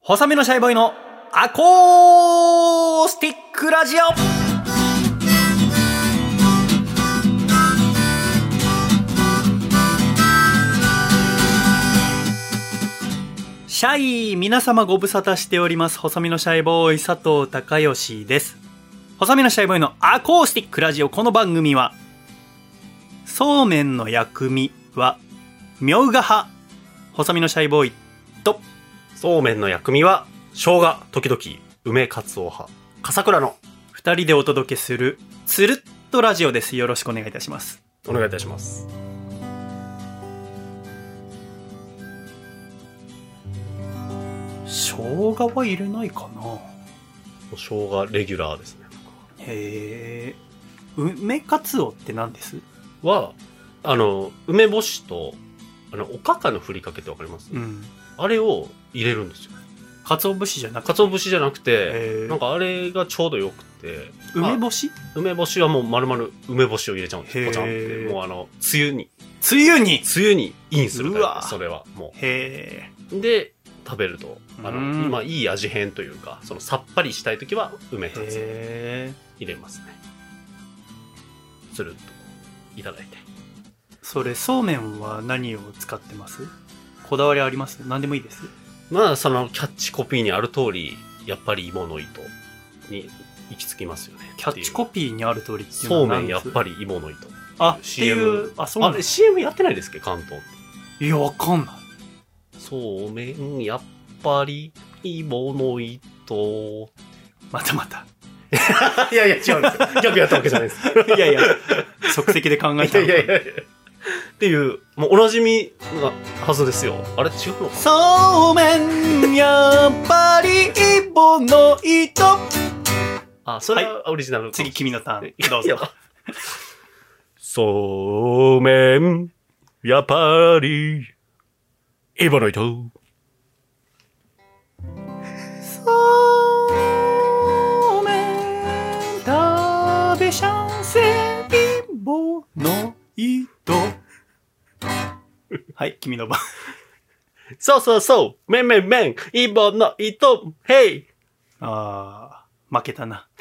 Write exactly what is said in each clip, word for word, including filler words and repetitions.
細身のシャイボーイのアコースティックラジオ。シャイ皆様ご無沙汰しております。細身のシャイボーイ佐藤孝義です。細身のシャイボーイのアコースティックラジオ。この番組はそうめんの薬味はみょうが派細身のシャイボーイと、 そうめんの薬味は生姜時々梅かつお派笠倉のふたりでお届けするつるっとラジオです。よろしくお願いいたします。 お願いいたします。 生姜は入れないかな。 生姜レギュラーですね。 へえ。梅かつおって何です？ はあの梅干しとあのおかかのふりかけってわかります？ うん、 あれを入れるんですよ。 かつお節じゃなくて？ かつお節じゃなくて、なんかあれがちょうどよくて。 梅干し？ 梅干しはもう丸々梅干しを入れちゃうんですよ。ポチャンってもうあの梅雨に梅雨に梅雨にインするからそれはもう。 へえ。で食べるとあの今いい味変というか、そのさっぱりしたいときは梅かつお入れますね。つるっといただいて。 それそうめんは何を使ってます？こだわりあります？何でもいいです。 まあそのキャッチコピーにある通りやっぱり芋の糸に行き着きますよね。 キャッチコピーにある通りっていうのはそうめんやっぱり芋の糸。 あ、シーエム、っていう、あ、そうなんあれ シーエム やってないですっけ関東って。 いやわかんない。 そうめんやっぱり芋の糸。 またまたいやいや違うんですよ。逆やったわけじゃないです。 いやいや即席で考えたのか。 いやいやいやっていうもうおなじみなはずですよ。あれ違うのかな。 そうめんやっぱり芋の糸。 あ、それはオリジナル、はい、 次君のターンどうぞ。 そうめんやっぱり芋の糸。 そうめん食べしゃんせ芋の糸。はい、君の番。 そうそうそう、めんめんめん、芋の糸、へい。 あー、負けたな。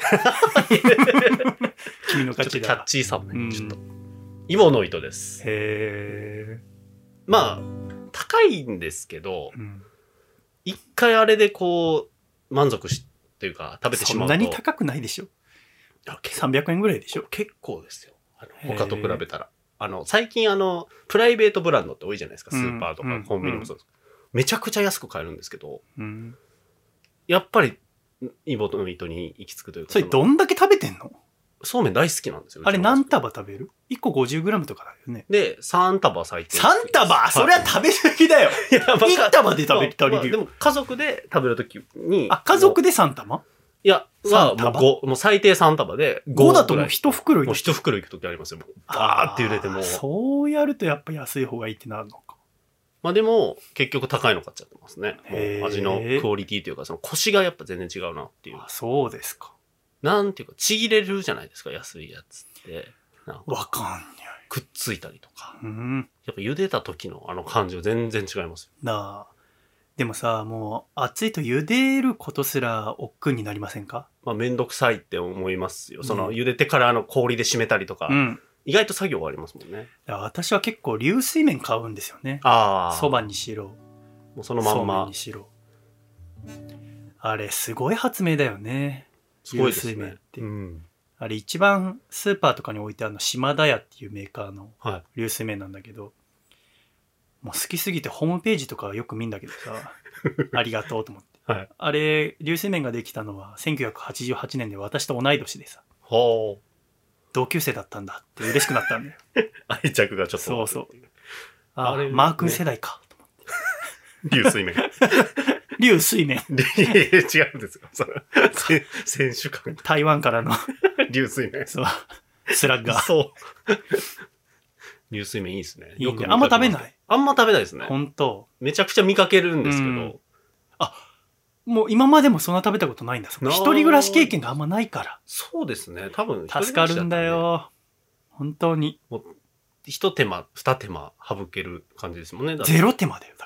君の勝ちだ。 ちょっとキャッチーさもね、うん、ちょっと。芋の糸です。 へー。 まあ、高いんですけど、うん、一回あれでこう、満足し、っていうか、食べてしまうと。 そんなに高くないでしょ。さんびゃくえんぐらいでしょ。 結構ですよ。あの他と比べたら。あの、最近あの、プライベートブランドって多いじゃないですか。スーパーとかコンビニもそうです。うん、めちゃくちゃ安く買えるんですけど、うん、やっぱり、芋の糸に行き着くというか。 それどんだけ食べてんの？ そうめん大好きなんですよ。 あれ何束食べる？ いっこごじゅうグラム とかだよね。 で、さん束最低。 さん束？それは食べ過ぎだよ。いや、まあ、いち束で食べ足りるよ。まあまあ、 でも家族で食べるときに。 あ、家族でさん玉？ いや、はもうご、もう最低さん束でごだともう一袋いく。 もう一袋いくときありますよ。もうバーって揺れても。 そうやるとやっぱ安い方がいいってなるのか。 まあでも、結局高いの買っちゃってますね。もう味のクオリティというか、そのコシがやっぱ全然違うなっていう。 あ、そうですか。 なんていうか、ちぎれるじゃないですか、安いやつって。 わかんない。 くっついたりとか。 うん。 やっぱ茹でた時のあの感じは全然違いますよ。 なあ。でもさ、もう暑いと茹でることすら億劫になりませんか？ まあめんどくさいって思いますよ。その、うん、茹でてからあの氷で締めたりとか、うん、意外と作業がありますもんね。 私は結構流水麺買うんですよね。 ああ。 そばにしろ。 もうそのまんま。 そうめんにしろ。あれすごい発明だよね。 すごいですね。 流水麺って。 うん、 あれ一番スーパーとかに置いてあるの島田屋っていうメーカーの流水麺なんだけど、はい、もう好きすぎてホームページとかよく見んだけどさありがとうと思って、はい、あれ流水麺ができたのはせんきゅうひゃくはちじゅうはちねんで私と同い年でさ、 ほう同級生だったんだって嬉しくなったんだよ愛着がちょっと。 そうそう。ああれマー君世代かと思って流水麺流水麺違うんですよ。それ選手間台湾からの流水麺。 そうスラッガー。 そう流水麺いいですね。 よくあんま食べない。 あんま食べないですね。 本当。 めちゃくちゃ見かけるんですけど、うん、 あ、もう今までもそんな食べたことないんだ。一人暮らし経験があんまないから。 そうですね。多分助かるんだよ。本当に。 もう一手間二手間省ける感じですもんね。 ゼロ手間だよだか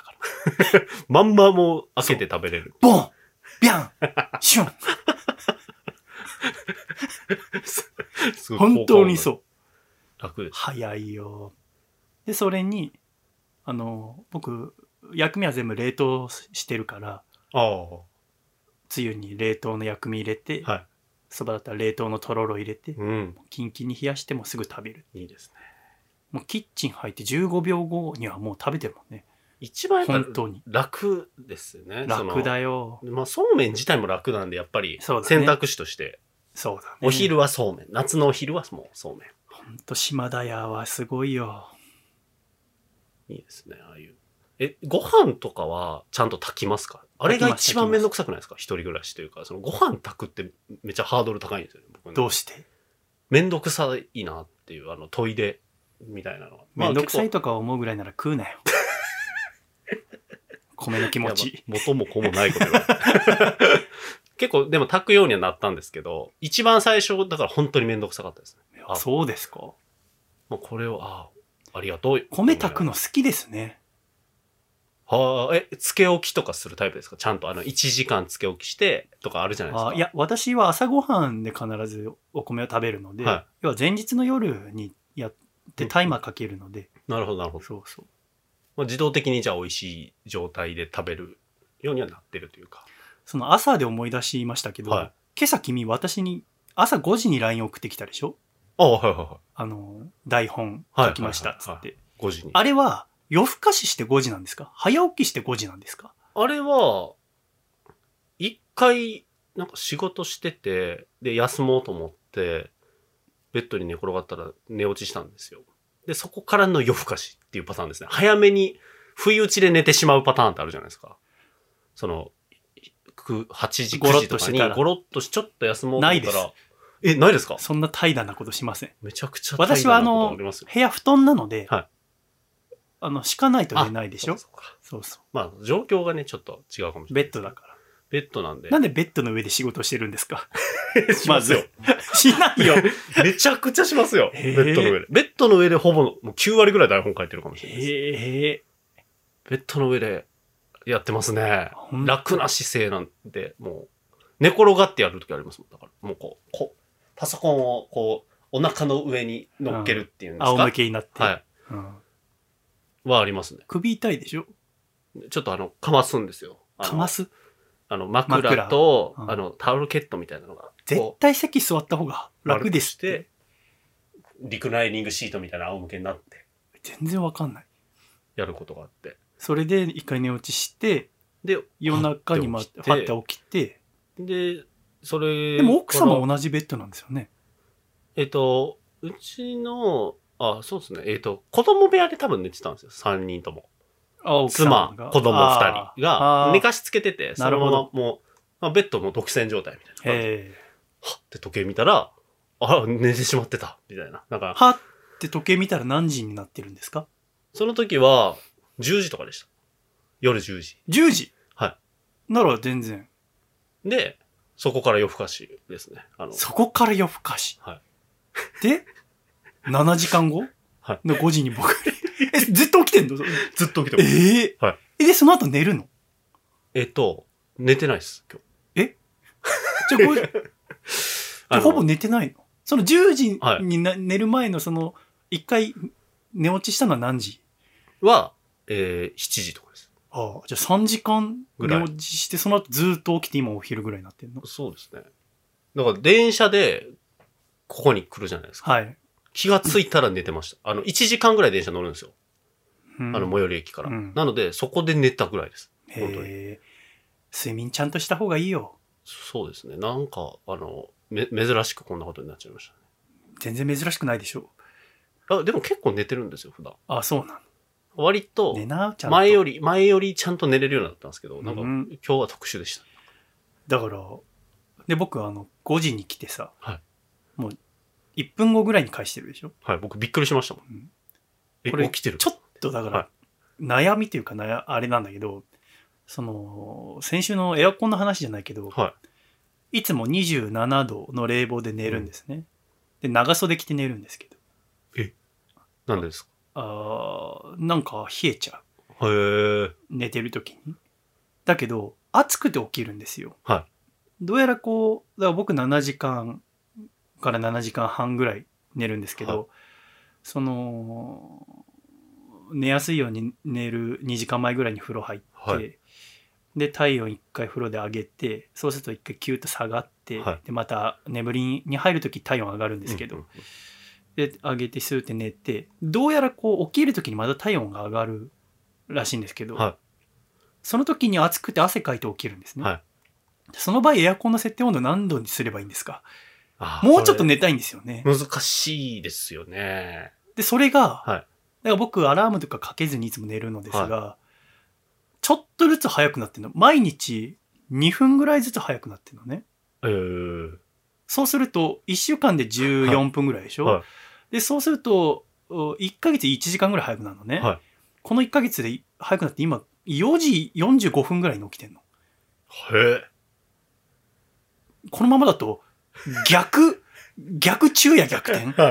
まんまもう開けて食べれる。 ボンビャンシュンすごい本当にそう楽です。 早いよ。でそれにあの僕薬味は全部冷凍してるから、 ああ。 つゆに冷凍の薬味入れて、 はい。 そばだったら冷凍のとろろ入れて、 うん。 キンキンに冷やしてもすぐ食べる。 いいですね。 もうキッチン入ってじゅうごびょうごにはもう食べてるもんね。 一番やっぱ本当に楽ですよね。 楽だよ。 まあそうめん自体も楽なんで、やっぱり選択肢として。 そうだね。 お昼はそうめん。夏のお昼はもうそうめん。 ほんと島田屋はすごいよ。 いいですね、ああいう。え、ご飯とかはちゃんと炊きますか？あれが一番めんどくさくないですか？一人暮らしというか、そのご飯炊くってめっちゃハードル高いんですよね。僕どうして？ めんどくさいなっていう、あの、トイレみたいなのが。 めんどくさいとか思うぐらいなら食うなよ。米の気持ち。 元も子もないこと言われて。結構、でも炊くようにはなったんですけど、一番最初、だから本当にめんどくさかったですね。 あ、そうですか。 もうこれを、ああ、ありがとう。 米炊くの好きですね。 はあ、え、つけ置きとかするタイプですか？ちゃんとあの、いちじかんつけ置きして、とかあるじゃないですか。 あ、いや、私は朝ごはんで必ずお米を食べるので、はい、要は前日の夜にやってタイマーかけるので。 うん、なるほど、なるほど。 そうそう。 まあ、自動的にじゃあ美味しい状態で食べるようにはなってるというか。 その朝で思い出しましたけど、はい、今朝君私に朝ごじに ライン 送ってきたでしょ？ ああ、はいはいはい。 あの、台本書きましたっつって。はいはいはいはい、 ごじに。 あれは夜更かししてごじなんですか？早起きしてごじなんですか？ あれは、一回、なんか仕事してて、で、休もうと思って、ベッドに寝転がったら寝落ちしたんですよ。で、そこからの夜更かしっていうパターンですね。早めに、不意打ちで寝てしまうパターンってあるじゃないですか。その、はちじ、くじとかにゴロッとし、ちょっと休もうと思ったら。ないです。え、ないですか？ そんな怠惰なことしません。 めちゃくちゃ怠惰なことありますよ。 私はあの、部屋布団なので、 はい。 あの、敷かないと寝ないでしょ？そうそうそうそう。 まあ、状況がね、ちょっと違うかもしれない。 ベッドだから。 ベッドなんで。 なんでベッドの上で仕事してるんですか？ しますよ。 しないよ。 めちゃくちゃしますよ。ベッドの上で。ベッドの上でほぼ、もうきゅうわりぐらい台本書いてるかもしれないです。 へベッドの上でやってますね。楽な姿勢なんで、もう、寝転がってやるときありますもん。だから、もうこう、こう、パソコンをこう、お腹の上に乗っけるっていうんですか？ 仰向けになって。 はい。うん、はありますね。 首痛いでしょ？ ちょっとあの、かますんですよ。 かますあの、枕と、うん、あの、タオルケットみたいなのが。 絶対席座った方が楽ですって。 リクライニングシートみたいな仰向けになって。 全然わかんない。 やることがあって。 それで一回寝落ちして、で、夜中にまって起きて。 で、それ。 でも奥様同じベッドなんですよね。 えっと、うちの、あ、そうですね。えっと、子供部屋で多分寝てたんですよ。さんにんとも。妻、子供ふたりが寝かしつけてて、そのままもう、まあ、ベッドも独占状態みたいな感じで。はって時計見たら、あ、寝てしまってた、みたいな。なんか。 はって時計見たら何時になってるんですか？ その時は、じゅうじとかでした。夜じゅうじ。 じゅうじ？ はい。 なら全然。 で、そこから夜更かしですね。あのそこから夜更かし。 はい。 で、ななじかんごはい。 のごじに僕、え、ずっと起きてんの？ ずっと起きてます。 ええー。 はい。 え、で、その後寝るの？ えっと、寝てないです、今日。えじゃあこれ、じゃほぼ寝てないの？そのじゅうじにな、はい、寝る前のその、一回寝落ちしたのは何時？ は、えー、しちじとかです。 ああ、じゃあさんじかん寝落ちして、その後ずっと起きて今お昼ぐらいになってんの？ そうですね。だから電車で、ここに来るじゃないですか。 はい。 気がついたら寝てました。あの、いちじかんぐらい電車乗るんですよ。うん、あの、最寄り駅から、うん。なので、そこで寝たぐらいです。本当に。 睡眠ちゃんとした方がいいよ。 そうですね。なんか、あの、め、珍しくこんなことになっちゃいましたね。 全然珍しくないでしょ。 あ、でも結構寝てるんですよ、普段。 あ、そうなの。 割と、 寝な、ちゃんと。 前より、前よりちゃんと寝れるようになったんですけど、なんか、今日は特殊でした。 だから、で、僕、あの、ごじに来てさ、 はい。 もう、いっぷんごぐらいに返してるでしょ。 はい、僕びっくりしましたもん。うん、え、これ起きてる？ ちょっとだから、はい、悩みというか悩、あれなんだけど、その、先週のエアコンの話じゃないけど、 はい。 いつもにじゅうななどの冷房で寝るんですね。うん、で、長袖着て寝るんですけど。 え、なんでですか？ ああ、なんか冷えちゃう。 へえ。 寝てる時に。だけど暑くて起きるんですよ。 はい。 どうやらこうだから僕ななじかんからななじかんはんぐらい寝るんですけど、 はい、 その寝やすいように寝るにじかんまえぐらいに風呂入って、はい、で体温いっかい風呂で上げて、そうするといっかいキュッと下がって、はい、でまた眠りに入るとき体温上がるんですけど、うんうんうん、で上げてスーって寝て、どうやらこう起きるときにまだ体温が上がるらしいんですけど、はい、その時に暑くて汗かいて起きるんですね、はい、その場合エアコンの設定温度何度にすればいいんですか？もうちょっと寝たいんですよね。 難しいですよね。 でそれが、はい、だから僕アラームとかかけずにいつも寝るのですが、はい、ちょっとずつ早くなってるの。毎日にふんぐらいずつ早くなってるのね。 えー、 そうするといっしゅうかんでじゅうよんぷんぐらいでしょ、はいはい、でそうするといっかげついちじかんぐらい早くなるのね、はい、このいっかげつで早くなって今よじよんじゅうごふんぐらいに起きてんの。 へえ。 このままだと逆逆昼夜逆転、はい、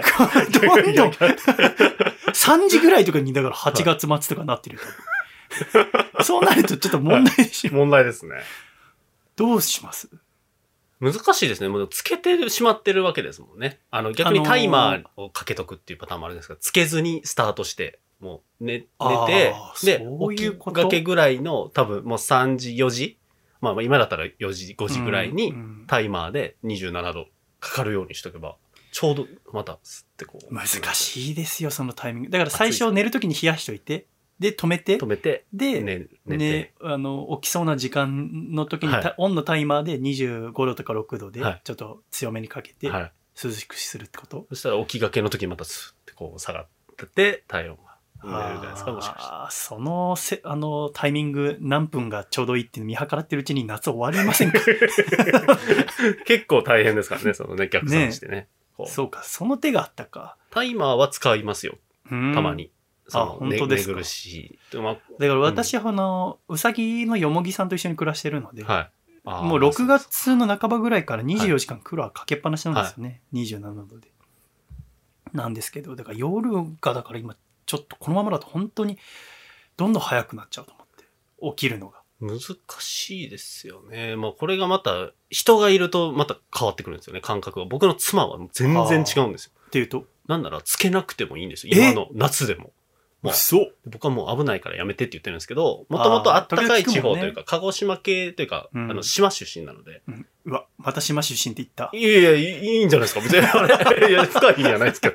どんどんさんじぐらいとかにだからはちがつ末とかなってると、はい、そうなるとちょっと問題でしょ、 はい、問題ですね。 どうします？ 難しいですね。もうつけてしまってるわけですもんね。あの逆にタイマーをかけとくっていうパターンもあるんですが、つけずにスタートしてもう寝、寝てで起きがけぐらいの多分もうさんじよじ、まあ今だったらよじごじぐらいにタイマーでにじゅうななどかかるようにしとけばちょうどまたスッてこう。 難しいですよそのタイミング。だから最初寝るときに冷やしといて、で止めて止めてで、 ねねね、あの起きそうな時間の時に、はい、オンのタイマーでにじゅうごどとかろくどでちょっと強めにかけて涼しくするってこと、はい、 そしたら起きがけの時にまたスッてこう下がって体温が寝れるじゃないですか。もしかしてあそのせあのタイミング何分がちょうどいいっていうの見計らってるうちに夏終わりませんか？ 結構大変ですからね、そのね逆算してね。ねそうか、その手があったか。 タイマーは使いますよ、たまに。 あ、本当ですか。 寝苦しい。まあ、 だから私はあの、うん、うさぎのよもぎさんと一緒に暮らしてるので、 はい、 もうろくがつの半ばぐらいからにじゅうよじかん風呂はかけっぱなしなんですよね、はい、にじゅうななどで。なんですけど、だから夜がだから今ちょっとこのままだと本当にどんどん早くなっちゃうと思って、起きるのが。 難しいですよね。まあこれがまた人がいるとまた変わってくるんですよね、感覚が。僕の妻は全然違うんですよ。 っていうと、 なんならつけなくてもいいんですよ、今の夏でも。 まあ、そう僕はもう危ないからやめてって言ってるんですけど、もともとあったかい地方というか、鹿児島系というか、うん、あの島出身なので、 うん、うわまた島出身って言った。 いやいやいいんじゃないですか、別にあれいや深い意味はないですけど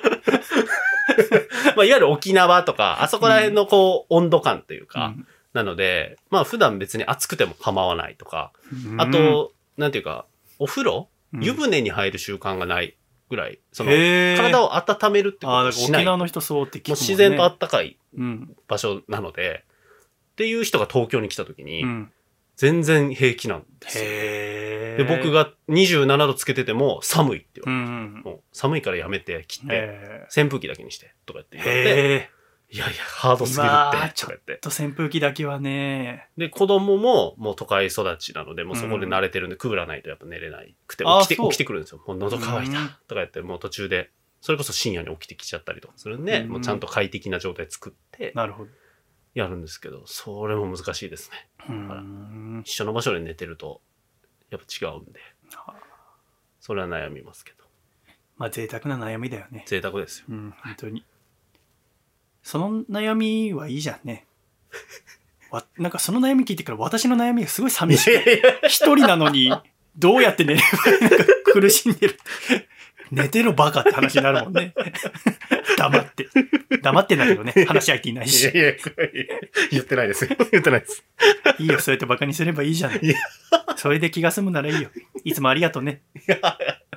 まあいわゆる沖縄とかあそこら辺のこう、うん、温度感というか、うん、なのでまあ普段別に暑くても構わないとか、うん、あとなんていうかお風呂、うん、湯船に入る習慣がないぐらい、その体を温めるってことをしない。 沖縄の人そうって聞くもんね。 もう自然と暖かい場所なので、うん、っていう人が東京に来た時に、うん、全然平気なんですよ。 へで僕がにじゅうななどつけてても寒いって言われて、うん、もう寒いからやめて切って扇風機だけにしてとかって言われて、いやいやハードすぎるってちょっと扇風機だけはね。 で子供ももう都会育ちなのでもうそこで慣れてるんで、うん、クーラーないとやっぱ寝れないくて起きて起きてくるんですよ。もう喉乾いたとか言ってもう途中でそれこそ深夜に起きてきちゃったりとかするんで、うん、もうちゃんと快適な状態作ってやるんですけど、それも難しいですね。だから一緒の場所で寝てるとやっぱ違うんで、それは悩みますけど。 まあ贅沢な悩みだよね。 贅沢ですよ、 うん、本当に。その悩みはいいじゃんね。わなんかその悩み聞いてから私の悩みがすごい寂しい。一人なのにどうやって寝ればいいのか苦しんでる。寝てろバカって話になるもんね。黙って。黙ってんだけどね。話し相手いないし。 いやいや言ってないですよ。言ってないです。 いいよ、そうやってバカにすればいいじゃん。それで気が済むならいいよ。いつもありがとうね。いや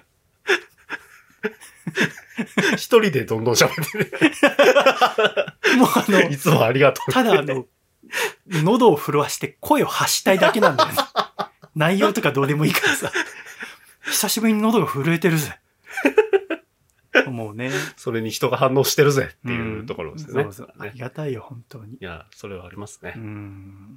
一人でどんどん喋ってる。 もうあの、 いつもありがとう。 ただあの、喉を震わして声を発したいだけなんだよね。内容とかどうでもいいからさ。久しぶりに喉が震えてるぜ。もうね。 それに人が反応してるぜっていうところですよね。 うん、そうそう。ありがたいよ、本当に。 いや、それはありますね。 うん。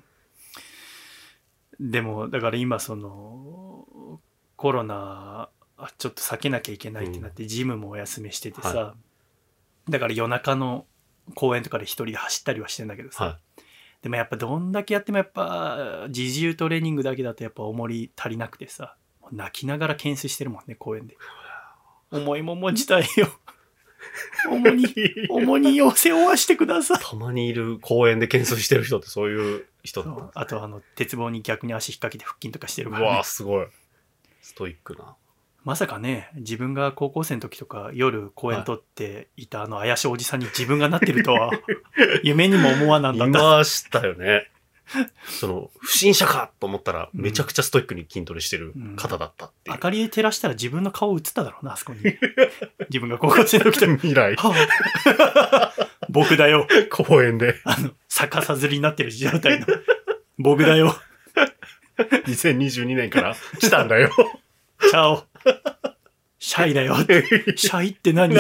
でも、だから今その、コロナ、ちょっと避けなきゃいけないってなって、うん、ジムもお休みしててさ、はい、だから夜中の公園とかで一人で走ったりはしてんだけどさ、 はい、 でもやっぱどんだけやってもやっぱ自重トレーニングだけだとやっぱ重り足りなくてさ、泣きながら懸垂してるもんね、公園で。重いもん持ちたいよ。重に、重にを背負わしてください。 たまにいる公園で懸垂してる人ってそういう人だった。 あとあの、鉄棒に逆に足引っ掛けて腹筋とかしてるから、ね。 うわぁ、すごい。ストイックな。 まさかね、自分が高校生の時とか夜公園撮っていたあの怪しいおじさんに自分がなってるとは、夢にも思わなんだった。 今知ったよね。その、不審者かと思ったら、めちゃくちゃストイックに筋トレしてる方だったっていう。 うん、明かりで照らしたら自分の顔映っただろうな、あそこに。自分が高校生の時と未来。 僕だよ。 公園で。 あの、逆さずりになってる状態の。僕だよ。 にせんにじゅうにねんから来たんだよ。 チャオ。シャイだよ。シャイって何？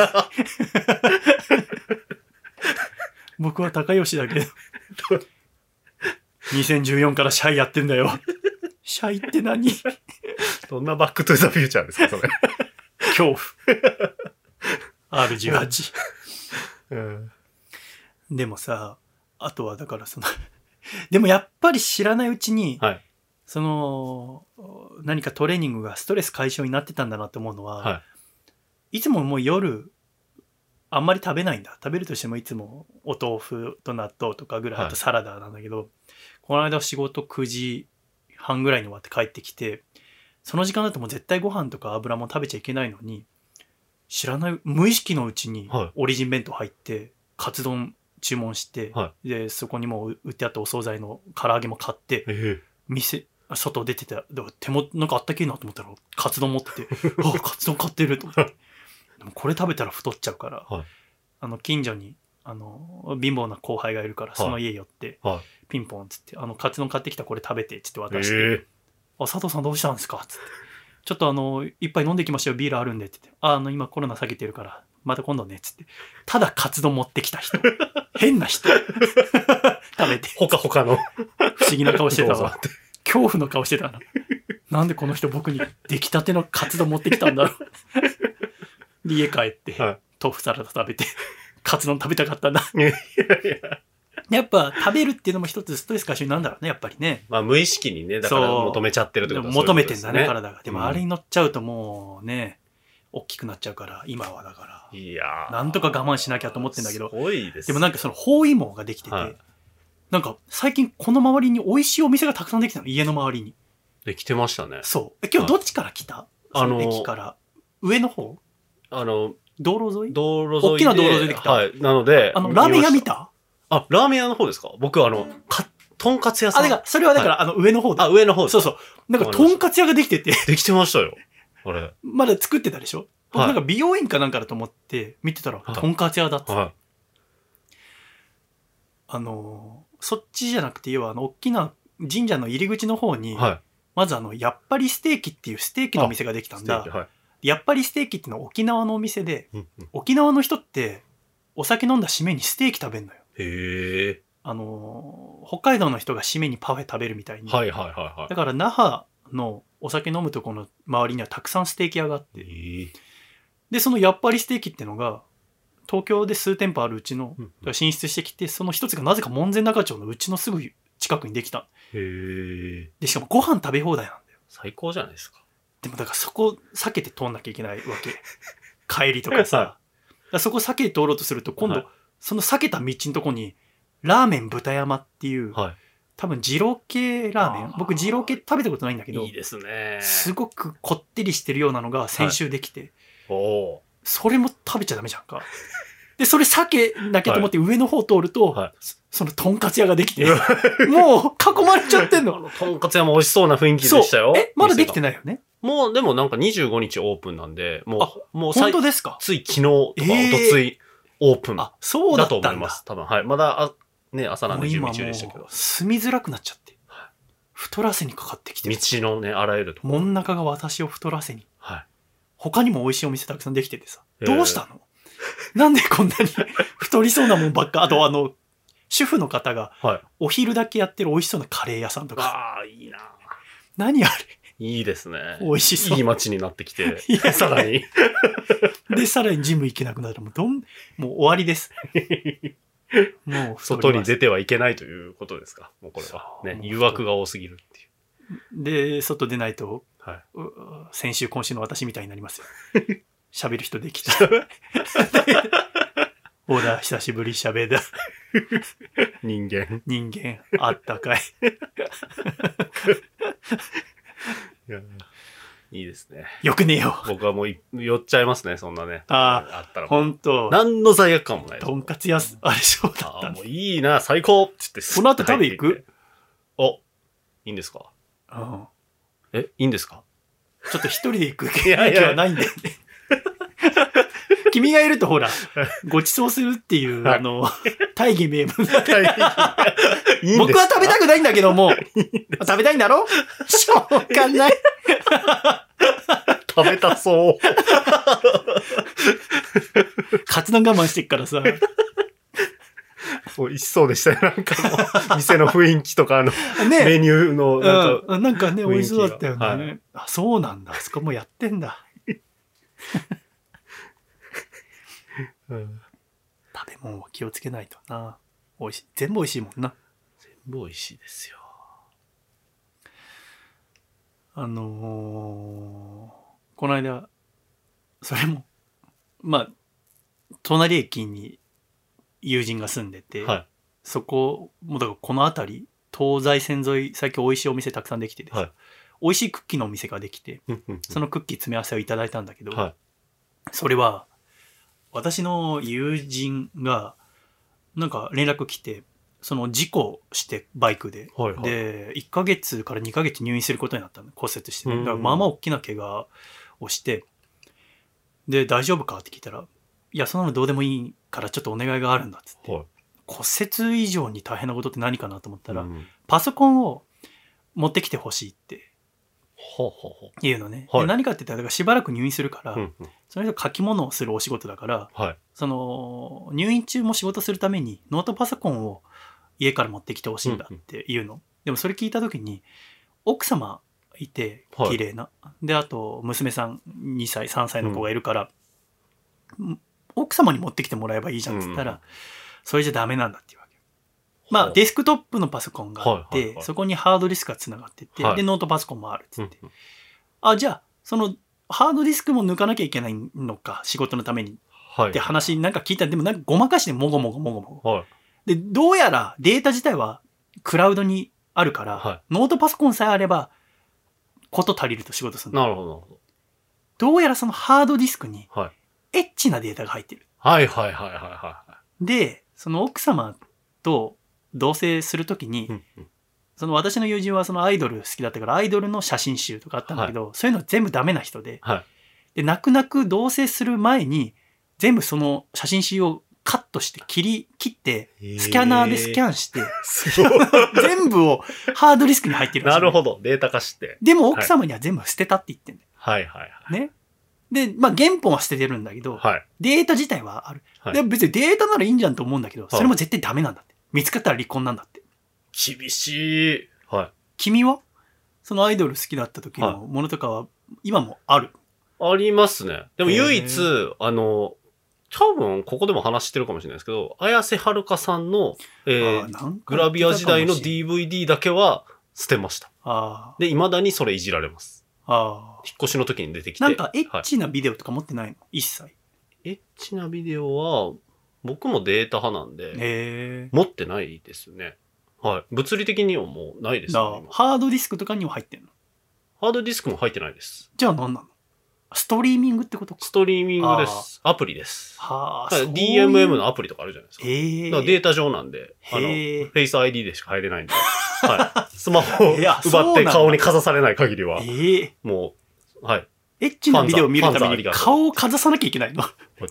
僕は高吉だけど。にせんじゅうよんからシャイやってんだよ。シャイって何？ どんなバックトゥザフューチャーですか、それ。 恐怖。アールじゅうはち、 うん。 でもさ、あとはだからその、でもやっぱり知らないうちに、 はい、 その、何かトレーニングがストレス解消になってたんだなって思うのは、 はい、 いつももう夜、あんまり食べないんだ。食べるとしてもいつもお豆腐と納豆とかぐらい、あとサラダなんだけど、はい、この間仕事くじはんぐらいに終わって帰ってきて、その時間だともう絶対ご飯とか油も食べちゃいけないのに、知らない、無意識のうちにオリジン弁当入って、カツ丼注文して、はい、で、そこにもう売ってあったお惣菜の唐揚げも買って、えー、店、外出てた、手もなんかあったけえなと思ったら、カツ丼持ってて、あ、カツ丼買ってると思って。でもこれ食べたら太っちゃうから、はい、あの近所にあの貧乏な後輩がいるから、その家寄って、はい、ピンポンっつって、あのカツ丼買ってきたこれ食べてっつって渡して、えー、あ、佐藤さんどうしたんですかっつって、ちょっとあの一杯飲んできましたよ、ビールあるんでって言って、あ、あの今コロナ下げてるからまた今度ねっつって、ただカツ丼持ってきた人、変な人食べて、 ほかほかの不思議な顔してたわ。恐怖の顔してたな。なんでこの人僕に出来たてのカツ丼持ってきたんだろう。で家帰って、はい、豆腐サラダ食べてカツ丼食べたかったんだ。いやいや、やっぱ食べるっていうのも一つストレス解消になるんだろうね、やっぱりね。 まあ無意識にね、だから求めちゃってるってことはそういうことですね。 求めてんだね、体が。でもあれに乗っちゃうともうね、うん、大きくなっちゃうから、今はだから。 いやー、 なんとか我慢しなきゃと思ってんだけど。 すごいです。 でもなんかその包囲網ができてて、はい、なんか最近この周りに美味しいお店がたくさんできたの、家の周りに。 できてましたね。 そう。え、今日どっちから来た？はい、あの駅から上の方？ あの道路沿い？ 道路沿いで。 大きな道路沿いで来た。 はい。なので。 あの、ラーメン屋見た？ あ、ラーメン屋の方ですか？僕あの、か、とんかつ屋さん。 あ、だから、それはだから、はい、あの、上の方だ。 あ、上の方そうそう。なんか、とんかつ屋ができてて。 できてましたよ。あれ。 まだ作ってたでしょ？はい、なんか美容院かなんかだと思って見てたら、はい、とんかつ屋だっつって。はい、あの、そっちじゃなくて、要はあの、大きな神社の入り口の方に、はい、まずあの、やっぱりステーキっていうステーキのお店ができたんだ。はい、やっぱりステーキっていうのは沖縄のお店で、うんうん、沖縄の人ってお酒飲んだ締めにステーキ食べるのよ。 へー。 あの北海道の人が締めにパフェ食べるみたいに。 はいはいはいはい。 だから那覇のお酒飲むとこの周りにはたくさんステーキ屋があって、でそのやっぱりステーキっていうのが東京で数店舗あるうちの進出してきて、その一つがなぜか門前仲町のうちのすぐ近くにできた。 へー。 でしかもご飯食べ放題なんだよ。 最高じゃないですか。 でもだからそこ避けて通んなきゃいけないわけ。帰りとかさ。はい、だそこ避けて通ろうとすると今度、はい、その避けた道のとこにラーメン豚山っていう、はい、多分二郎系ラーメン。僕二郎系食べたことないんだけど。 いいですね。 すごくこってりしてるようなのが先週できて。はい、 おそれも食べちゃダメじゃんか。で、それ避けなきゃと思って上の方通ると、はい、そのとんかつ屋ができて、もう囲まれちゃってんの。 とんかつ屋も美味しそうな雰囲気でしたよ。 え、まだできてないよね。 もうでもなんかにじゅうごにちオープンなんで、もう、もう本当ですか？ つい昨日とかおとついオープンだと思います。 えー、 多分。はい。まだ、あね、朝なんで準備中でしたけど。 住みづらくなっちゃって。はい、太らせにかかってきて。 道のね、あらゆるところ。 真ん中が私を太らせに。はい。他にも美味しいお店たくさんできててさ。どうしたの？えー、なんでこんなに太りそうなもんばっか。あとあの、主婦の方が、お昼だけやってる美味しそうなカレー屋さんとか。 ああ、いいな。 何あれ。 いいですね。 美味しそう。 いい街になってきて、さらに。 で、さらにジム行けなくなる。もうどん、もう終わりです。 もう外に出てはいけないということですか。もうこれは。ね。誘惑が多すぎるっていう。 で、外出ないと、はい、先週今週の私みたいになりますよ。喋る人できた。ほら、久しぶり喋る。 人間。 人間、あったかい。 いやいいですね。 よくねえよ。 僕はもう寄っちゃいますね、そんなね。 ああ、あったら。ほんと。 何の罪悪感もない。 とんかつやす、あれそうだった。 ああ、もういいな、最高って言って。 この後食べ行く？ お、いいんですか？ うん。 え、いいんですか？ ちょっと一人で行く気はないんだよね。君がいるとほら、ご馳走するっていう、あの、大義名分が。僕は食べたくないんだけども、食べたいんだろ？しょうがない。 食べたそう。 カツ丼我慢してっからさ。 美味しそうでしたね。なんかもう、店の雰囲気とか、あの、ね、メニューのなんか、 うん、なんかね、美味しそうだったよね。はい、あ、そうなんだ。あそこもやってんだ。うん、食べ物は気をつけないとな。美味しい。全部美味しいもんな。 全部美味しいですよ。 あのー、この間、それも、まあ、隣駅に友人が住んでて、はい、そこ、もうだからこの辺り、東西線沿い、最近美味しいお店たくさんできてて、はい、美味しいクッキーのお店ができて、そのクッキー詰め合わせをいただいたんだけど、はい、それは、私の友人が、なんか連絡来て、その事故してバイクで、はいはい、で、いっかげつからにかげつ入院することになったの。骨折して、ね。だからまあまあ大きな怪我をして、で、大丈夫かって聞いたら、いや、そんなのどうでもいいからちょっとお願いがあるんだっつって、はい、骨折以上に大変なことって何かなと思ったら、うん、パソコンを持ってきてほしいって言うのね。はい、で何かって言ったら、だからしばらく入院するから、うんうん、その人書き物をするお仕事だから、はい、その入院中も仕事するためにノートパソコンを家から持ってきてほしいんだって言うの、うんうん、でもそれ聞いた時に奥様いて綺麗な、はい、であと娘さんにさいさんさいの子がいるから、うん、奥様に持ってきてもらえばいいじゃんって言ったら、うん、それじゃダメなんだっていうわけ。まあデスクトップのパソコンがあって、はいはいはい、そこにハードディスクがつながってて、はい、でノートパソコンもあるっつって、うんうん、あじゃあそのハードディスクも抜かなきゃいけないのか仕事のために、はい、って話なんか聞いたらでもなんかごまかしてもごもごもごもご、はいで、どうやらデータ自体はクラウドにあるから、はい、ノートパソコンさえあれば、こと足りると仕事するんだ。 なるほど。 どうやらそのハードディスクに、エッチなデータが入ってる。 はいはいはいはいはい。 で、その奥様と同棲するときに、うんうん、その私の友人はそのアイドル好きだったから、アイドルの写真集とかあったんだけど、はい、そういうの全部ダメな人で、はい、で、泣く泣く同棲する前に、全部その写真集をカットして切り切ってスキャナーでスキャンして、全部をハードディスクに入ってるらしい、 ね。なるほど。データ化して。 でも奥様には全部捨てたって言ってんだよ。 はいはいはい。 ね。で、まあ原本は捨ててるんだけど、はい、データ自体はある。はい、で別にデータならいいんじゃんと思うんだけど、それも絶対ダメなんだって。見つかったら離婚なんだって。 厳しい。はい。 君はそのアイドル好きだった時のものとかは今もある？ ありますね。でも唯一、あの、多分、ここでも話してるかもしれないですけど、綾瀬はるかさんの、えー、グラビア時代の ディーブイディー だけは捨てました。あで、未だにそれいじられます。あ引っ越しの時に出てきて。 なんかエッチなビデオとか持ってないの、はい、一切。 エッチなビデオは、僕もデータ派なんで、持ってないですね。はい。物理的にはもうないですね。 ハードディスクとかには入ってんの？ ハードディスクも入ってないです。 じゃあ何なの？ストリーミングってことか。 ストリーミングです。アプリです。はあ。ディーエムエム のアプリとかあるじゃないですか。へえ。だからデータ上なんで、あの、フェイス アイディー でしか入れないんで。はい。スマホを奪って顔にかざされない限りは。ええ。もう、はい。 エッチなビデオを見るために顔をかざさなきゃいけないの。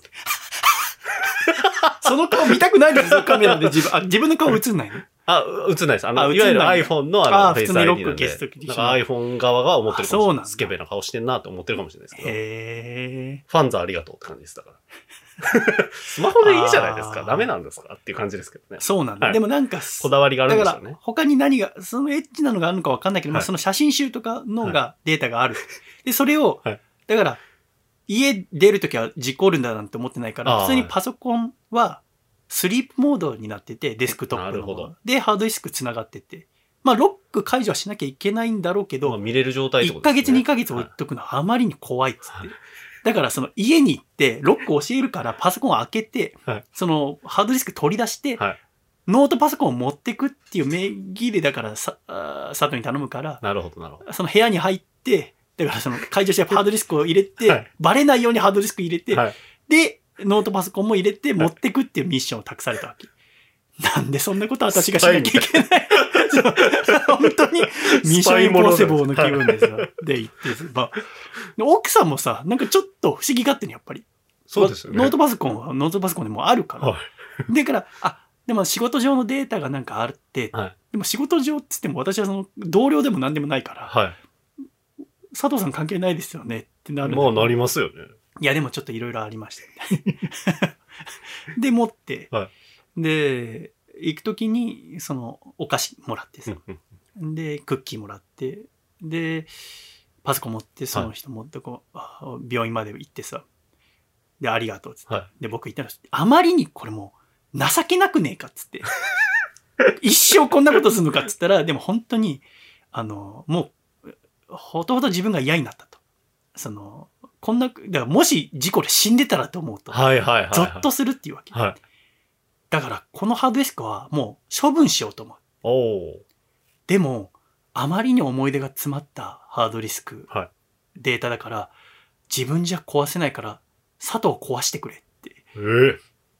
その顔見たくないんですよ、カメラで自分。あ、自分の顔映んないの？ あ、映んないです。あの、いわゆる iPhone のあの、フェイス アイディー なんで。なんか iPhone 側が思ってるかもしれない。スケベな顔してんなって思ってるかもしれないですけど。へー。ファンザありがとうって感じですだから。スマホでいいじゃないですか。ダメなんですかっていう感じですけどね。 そうなんだ。はい、でもなんか、 こだわりがあるんですよね。だから他に何が、そのエッチなのがあるのかわかんないけど、はい、まあその写真集とかのが、データがある。で、それを、はい、だから、家出るときは事故るんだなんて思ってないから、普通にパソコンはスリープモードになってて、デスクトップの。 なるほど。 で、ハードディスクつながってて。まあ、ロック解除はしなきゃいけないんだろうけど、まあ、 見れる状態ってことですね。 いっかげつにかげつ置いとくのはあまりに怖いっつって。はい、だからその家に行ってロックを教えるからパソコンを開けて、はい、そのハードディスク取り出して、はい、ノートパソコンを持ってくっていう名義でだからさ佐藤に頼むから、 なるほどなるほど。 その部屋に入って、だからその解除してハードディスクを入れて、はい、バレないようにハードディスク入れて、はい、で、ノートパソコンも入れて持ってくっていうミッションを託されたわけ。なんでそんなこと私がしなきゃいけない本当にミッションインポッシブルの気分でさ、で行ってさ、まあ、奥さんもさ、なんかちょっと不思議がってね、やっぱり。 そうですよね。 ノートパソコンはノートパソコンでもあるから。はい、だから、あ、でも仕事上のデータがなんかあって、はい、でも仕事上っつっても私はその同僚でも何でもないから、はい、佐藤さん関係ないですよねってなる。 まあなりますよね。 いやでもちょっといろいろありましたで、持って、はい、で、行くときにそのお菓子もらってさ、で、クッキーもらって、で、パソコン持ってその人持ってこう、はい、病院まで行ってさ、で、ありがとうっつって、はい、で、僕言ったら、あまりにこれもう情けなくねえかっつって一生こんなことするのかっつったら、でも本当にあのもうほとほと自分が嫌になったと。そのこんなだからもし事故で死んでたらと思うと、 はいはいはいはい、 ゾッとするっていうわけ、はい、だからこのハードディスクはもう処分しようと思う。 おでもあまりに思い出が詰まったハードディスク、はい、データだから自分じゃ壊せないから佐藤壊してくれって。 えー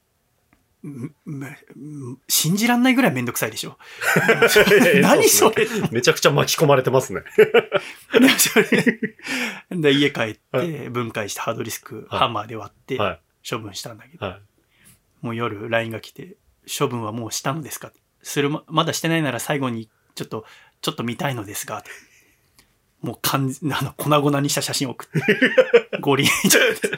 信じらんないぐらいめんどくさいでしょ何それ、 ね、めちゃくちゃ巻き込まれてますねそれで家帰って分解してハードディスク、はい、ハンマーで割って処分したんだけど、はい、もう夜 ライン が来て処分はもうしたのですか、するまだしてないなら最後にちょっとちょっと見たいのですが、もう完全あの粉々にした写真を送ってゴリちゃ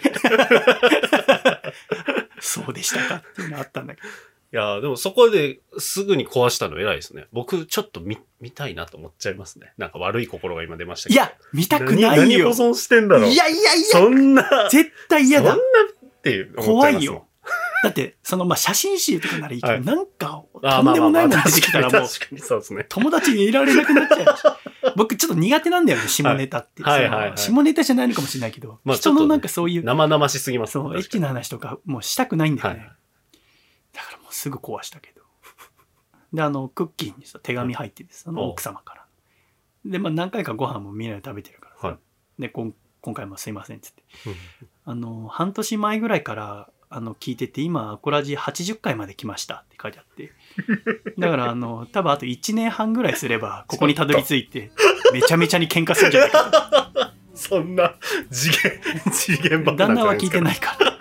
ってそうでしたかっていうのあったんだけど。いやでもそこですぐに壊したの偉いですね。僕ちょっと 見, 見たいなと思っちゃいますね。なんか悪い心が今出ましたけど。 いや見たくないよ。何, 何保存してんだろう。 いやいやいや。 そんな絶対嫌だ。 そんなっていう怖いよ。だってそのまあ写真集とかならいいけど、はい、なんかとんでもないもん出てきたらもう友達にいられなくなっちゃう。僕ちょっと苦手なんだよね下ネタって。はいはいはいはい、下ネタじゃないのかもしれないけど、まあ、人のなんかそういう生々しすぎます。 そうエッチな話とかもうしたくないんだよね。はい、だからもうすぐ壊したけど。であのクッキーにさ手紙入っててさ、奥様から。でまあ何回かご飯もみんなで食べてるからさ。はい、でこん今回もすいませんっつって、あの半年前ぐらいからあの聞いてて今アコラジはちじゅっかいまで来ましたって書いてあって、だからあの多分あといちねんはんぐらいすればここにたどり着いてめちゃめちゃに喧嘩するんじゃないかと。 そんな次元次元ばっか旦那は聞いてないから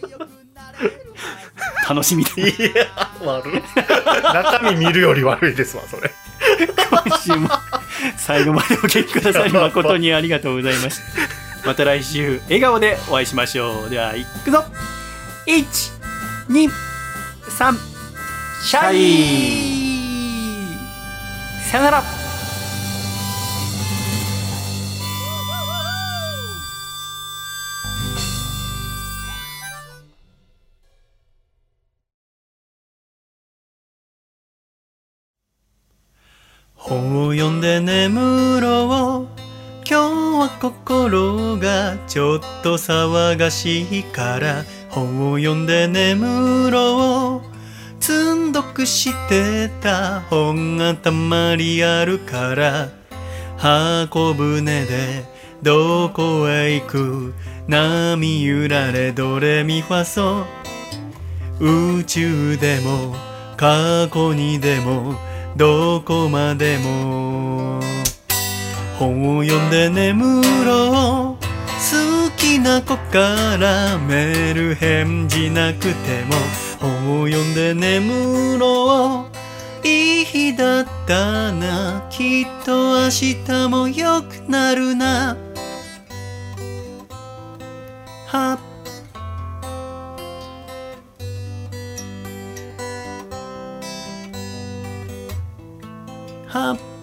楽しみだ。 いや悪い中身見るより悪いですわそれ。 今週も最後までお聞きくださり誠にありがとうございました。また来週笑顔でお会いしましょう。ではいくぞ。いち、に、さん、シャイ。さよなら。本を読んで眠ろう。今日は心がちょっと騒がしいから本を読んで眠ろう。積んどくしてた本がたまりあるから箱舟でどこへ行く。波揺られドレミファソ。宇宙でも過去にでもどこまでも本を読んで眠ろう。好きな子からメール返事なくても本を読んで眠ろう。いい日だったな、きっと明日も良くなるな。はは